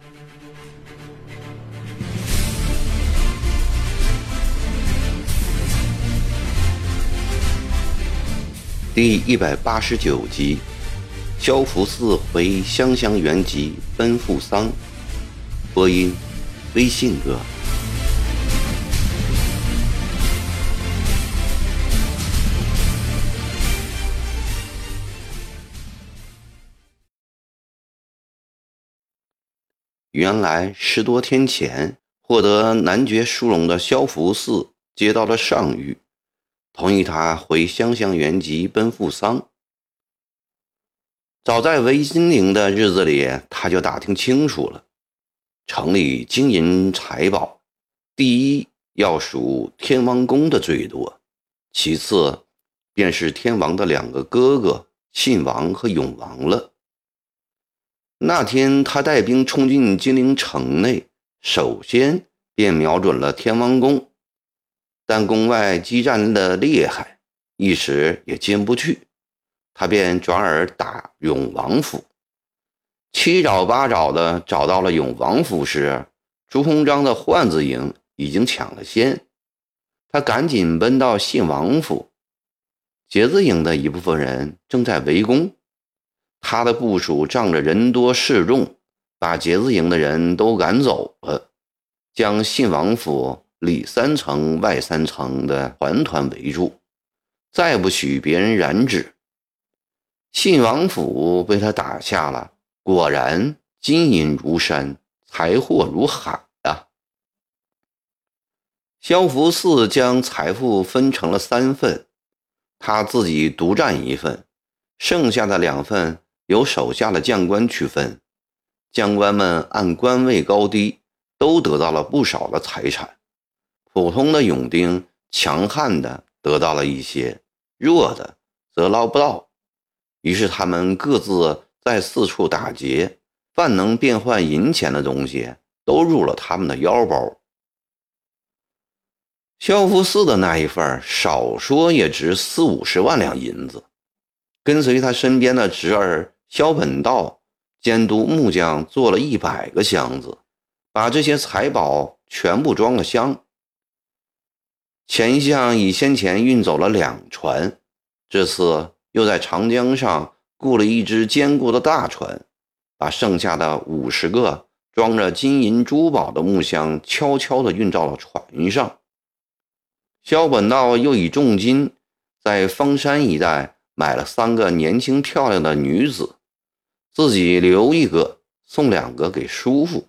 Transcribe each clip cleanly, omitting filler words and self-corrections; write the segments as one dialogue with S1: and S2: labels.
S1: 第189集，萧福寺回湘乡原籍奔赴丧。播音：微信哥。原来10多天前，获得男爵殊荣的萧福寺接到了上谕，同意他回湘乡原籍奔赴丧。早在韦金陵的日子里，他就打听清楚了，城里金银财宝，第一要数天王宫的最多，其次便是天王的2个哥哥信王和永王了。那天他带兵冲进金陵城内，首先便瞄准了天王宫，但宫外激战的厉害，一时也进不去，他便转而打永王府。七找八找的找到了永王府时，朱鸿章的焕子营已经抢了先，他赶紧奔到信王府。节子营的一部分人正在围攻，他的部属仗着人多势众，把节子营的人都赶走了，将信王府里3层外3层的团围住，再不许别人染指。信王府被他打下了，果然金银如山，财货如海啊。萧福寺将财富分成了3份，他自己独占1份，剩下的2份由手下的将官去分。将官们按官位高低都得到了不少的财产，普通的勇丁强悍的得到了一些，弱的则捞不到。于是他们各自在四处打劫，凡能变换银钱的东西都入了他们的腰包。萧福寺的那一份少说也值40-50万两银子，跟随他身边的侄儿萧本道监督木匠做了100个箱子，把这些财宝全部装了箱。前一项以先前运走了2船，这次又在长江上雇了一只坚固的大船，把剩下的50个装着金银珠宝的木箱悄悄地运到了船上。萧本道又以重金在方山一带买了3个年轻漂亮的女子，自己留1个，送2个给叔父。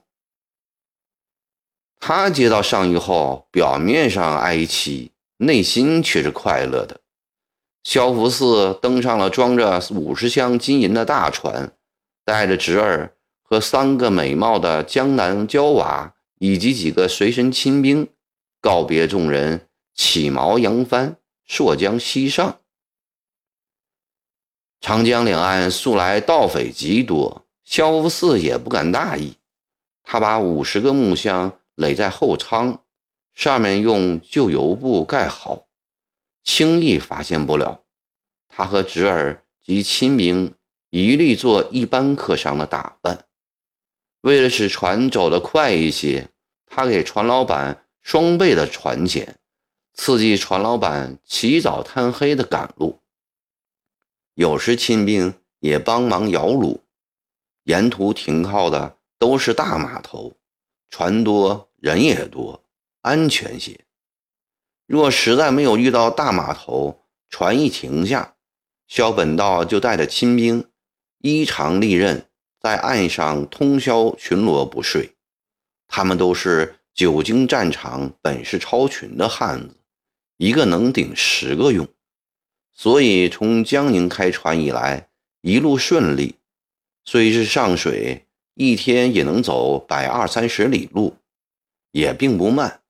S1: 他接到上谕后，表面上哀戚，内心却是快乐的。萧福寺登上了装着50箱金银的大船，带着侄儿和3个美貌的江南娇娃以及几个随身亲兵，告别众人，起锚扬帆，溯江西上。长江两岸素来盗匪极多，萧福寺也不敢大意，他把50个木箱垒在后舱，上面用旧油布盖好，轻易发现不了。他和侄儿及亲兵一律做一般客商的打扮。为了使船走得快一些，他给船老板双倍的船钱，刺激船老板起早贪黑的赶路。有时亲兵也帮忙摇橹，沿途停靠的都是大码头，船多人也多，安全些。若实在没有遇到大码头，船一停下，萧本道就带着亲兵依常历任，在岸上通宵巡逻不睡。他们都是久经战场、本事超群的汉子，一个能顶10个用，所以从江宁开船以来，一路顺利。虽是上水，一天也能走120-130里路，也并不慢。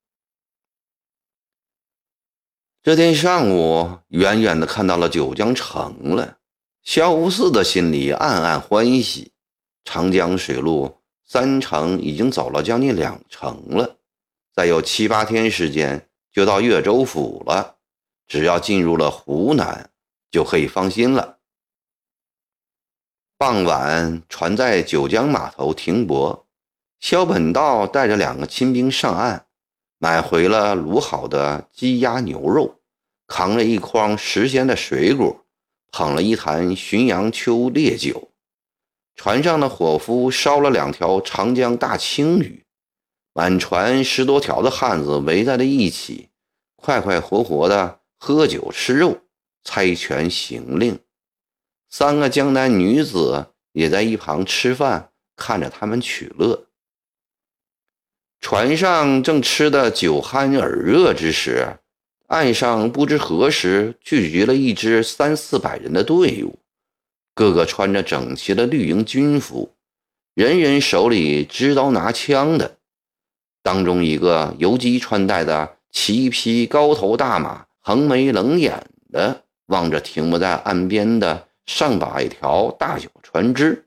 S1: 这天上午，远远地看到了九江城了，萧福寺的心里暗暗欢喜。长江水路3程已经走了将近2程了，再有7-8天时间就到岳州府了，只要进入了湖南就可以放心了。傍晚，船在九江码头停泊， 萧本道带着2个亲兵上岸，买回了卤好的鸡鸭牛肉，扛着一筐时鲜的水果，捧了一坛浔阳秋烈酒。船上的伙夫烧了2条长江大青鱼，满船10多条的汉子围在了一起，快快活活的喝酒吃肉，猜拳行令。3个江南女子也在一旁吃饭，看着他们取乐。船上正吃得酒酣耳热之时，岸上不知何时聚集了一支300、400人的队伍，个个穿着整齐的绿营军服，人人手里支刀拿枪的。当中一个游击穿戴的骑匹高头大马，横眉冷眼的望着停泊在岸边的上百条大小船只。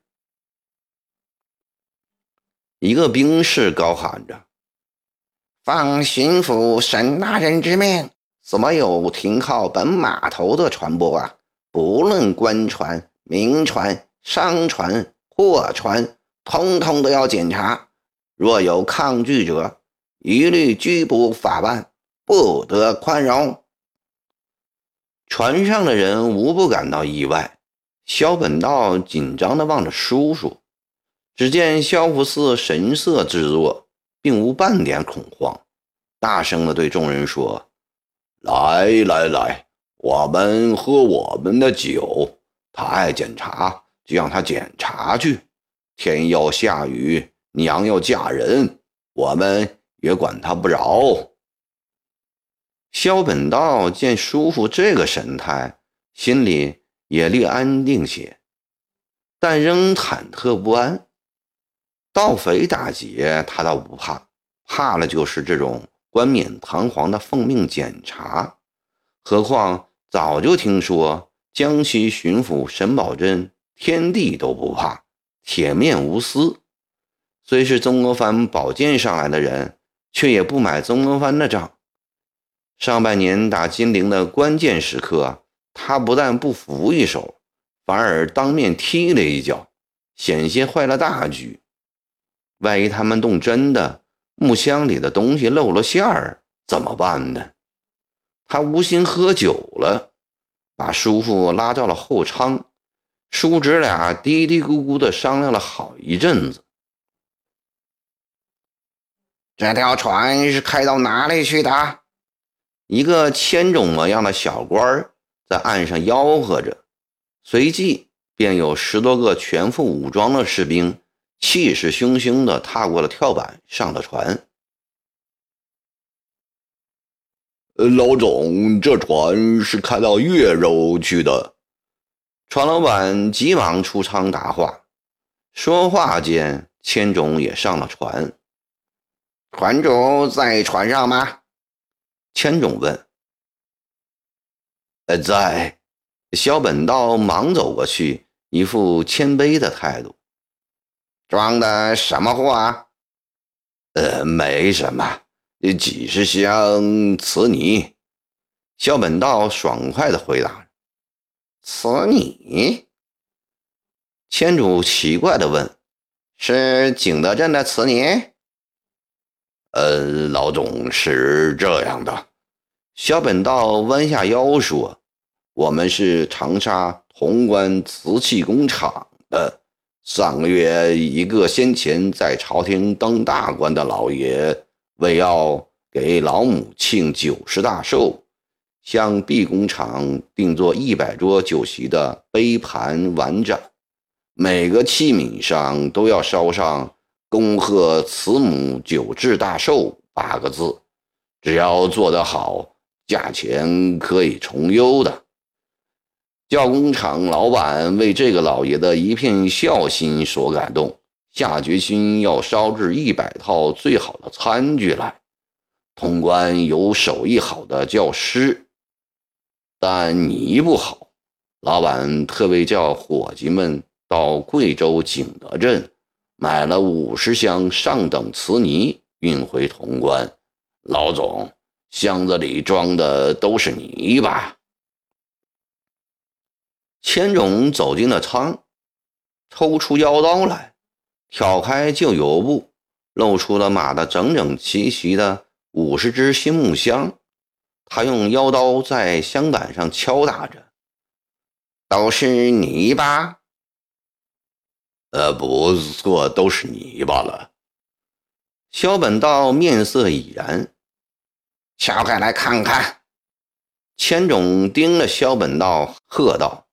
S1: 一个兵士高喊着：“奉巡抚沈大人之命，所有停靠本码头的船舶啊，不论官船、民船、商船、货船，通通都要检查。若有抗拒者，一律拘捕法办，不得宽容。”船上的人无不感到意外。萧本道紧张地望着叔叔，只见萧福四神色自若，并无半点恐慌，大声地对众人说：“来来来，我们喝我们的酒，他爱检查就让他检查去。天要下雨，娘要嫁人，我们也管他不着。”萧本道见叔父这个神态，心里也略安定些，但仍忐忑不安。盗匪打劫他倒不怕，怕了就是这种冠冕堂皇的奉命检查。何况早就听说江西巡抚沈葆桢天地都不怕，铁面无私。虽是曾国藩宝剑上来的人，却也不买曾国藩的账。上半年打金陵的关键时刻，他不但不服一手，反而当面踢了一脚，险些坏了大局。万一他们动真的，木箱里的东西露了馅儿，怎么办呢？他无心喝酒了，把叔父拉到了后舱，叔侄俩嘀嘀咕咕地商量了好一阵子。这条船是开到哪里去的？一个千种模样的小官在岸上吆喝着，随即便有10多个全副武装的士兵气势汹汹地踏过了跳板，上了船。老总，这船是开到岳州去的。船老板急忙出舱答话。说话间，千种也上了船。船主在船上吗？千种问。在。萧本道忙走过去，一副谦卑的态度。装的什么货啊？没什么，几十箱瓷泥。萧本道爽快地回答。瓷泥？千主奇怪地问。是景德镇的瓷泥？老总，是这样的。萧本道弯下腰说，我们是长沙潼关瓷器工厂的。上个月，一个先前在朝廷当大官的老爷，为要给老母庆90大寿，向 B 工厂定做100桌酒席的杯盘碗盏，每个器皿上都要烧上恭贺慈母久治大寿8个字，只要做得好，价钱可以从优的。教工厂老板为这个老爷的一片孝心所感动，下决心要烧制100套最好的餐具来。潼关有手艺好的教师，但泥不好，老板特为叫伙计们到贵州景德镇买了50箱上等瓷泥运回潼关。老总，箱子里装的都是泥巴。千种走进了舱，抽出腰刀来，挑开旧油布， 露出了码得整整齐齐的50只新木箱。他用腰刀在箱板上敲打着。都是泥巴？
S2: 不错，都是泥巴了。
S1: 萧本道面色已然。
S3: 敲开来看看。
S1: 千种盯着萧本道喝道：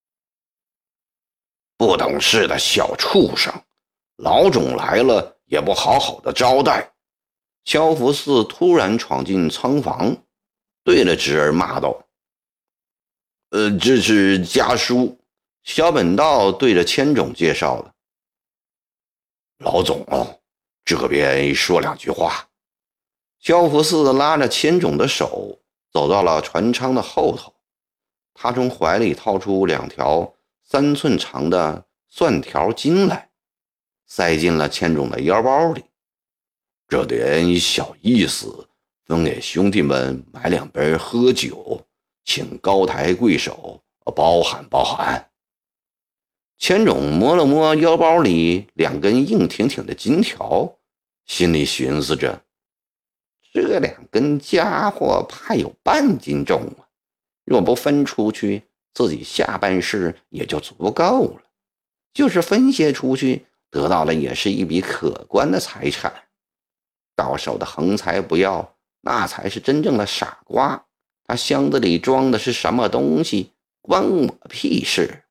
S2: 不懂事的小畜生，老总来了也不好好的招待。
S1: 萧福四突然闯进仓房，对着侄儿骂道：
S2: 这是家书。
S1: 萧本道对着千种介绍了。
S2: 老总，这边说2句话。
S1: 萧福四拉着千种的手走到了船舱的后头，他从怀里掏出2条3寸长的蒜条筋来，塞进了千种的腰包里。
S2: 这点小意思，分给兄弟们买2杯喝酒，请高抬贵手，包涵包涵。
S1: 千种摸了摸腰包里2根硬挺挺的金条，心里寻思着，这2根家伙怕有半斤重啊，若不分出去，自己下半世也就足够了，就是分些出去，得到的也是一笔可观的财产。到手的横财不要，那才是真正的傻瓜。他箱子里装的是什么东西，关我屁事。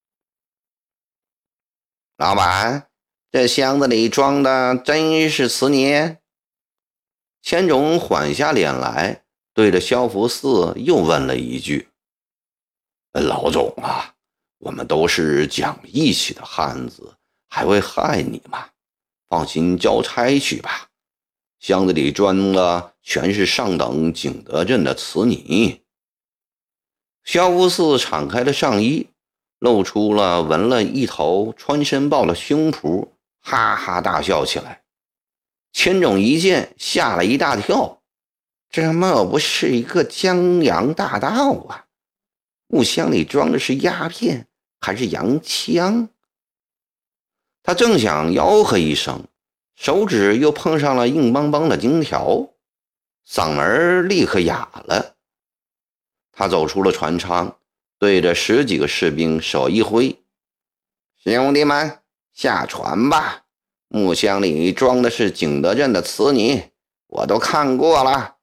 S1: 老板，这箱子里装的真是瓷泥？千种缓下脸来，对着萧福四又问了一句：
S2: 老总啊，我们都是讲义气的汉子，还会害你吗？放心交差去吧。箱子里装的全是上等景德镇的瓷泥。
S1: 萧福四敞开了上衣，露出了纹了一头穿身豹的胸脯，哈哈大笑起来。千种一见，吓了一大跳，这莫不是一个江洋大盗啊？木箱里装的是鸦片还是洋枪？他正想吆喝一声，手指又碰上了硬邦邦的金条，嗓门立刻哑了。他走出了船舱，对着10几个士兵手一挥：兄弟们，下船吧！木箱里装的是景德镇的瓷泥，我都看过了。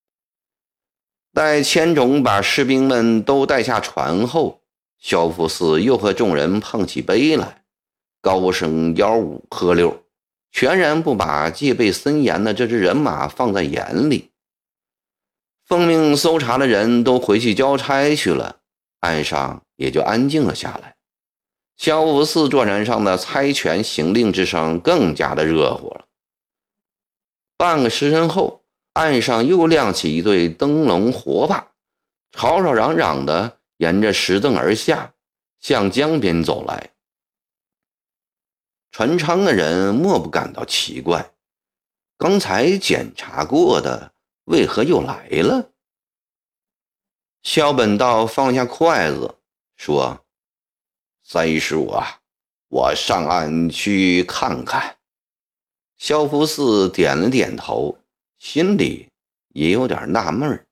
S1: 待千种把士兵们都带下船后，萧福四又和众人碰起杯来，高声吆五喝六，全然不把戒备森严的这支人马放在眼里。奉命搜查的人都回去交差去了，岸上也就安静了下来。萧福四坐船上的猜拳行令之声更加的热乎了。半个时辰后，岸上又亮起一对灯笼火把，吵吵嚷嚷的沿着石凳而下，向江边走来。船舱的人莫不感到奇怪，刚才检查过的为何又来了？萧本道放下筷子说：
S2: 三叔啊，我上岸去看看。
S1: 萧福四点了点头，心里也有点纳闷儿。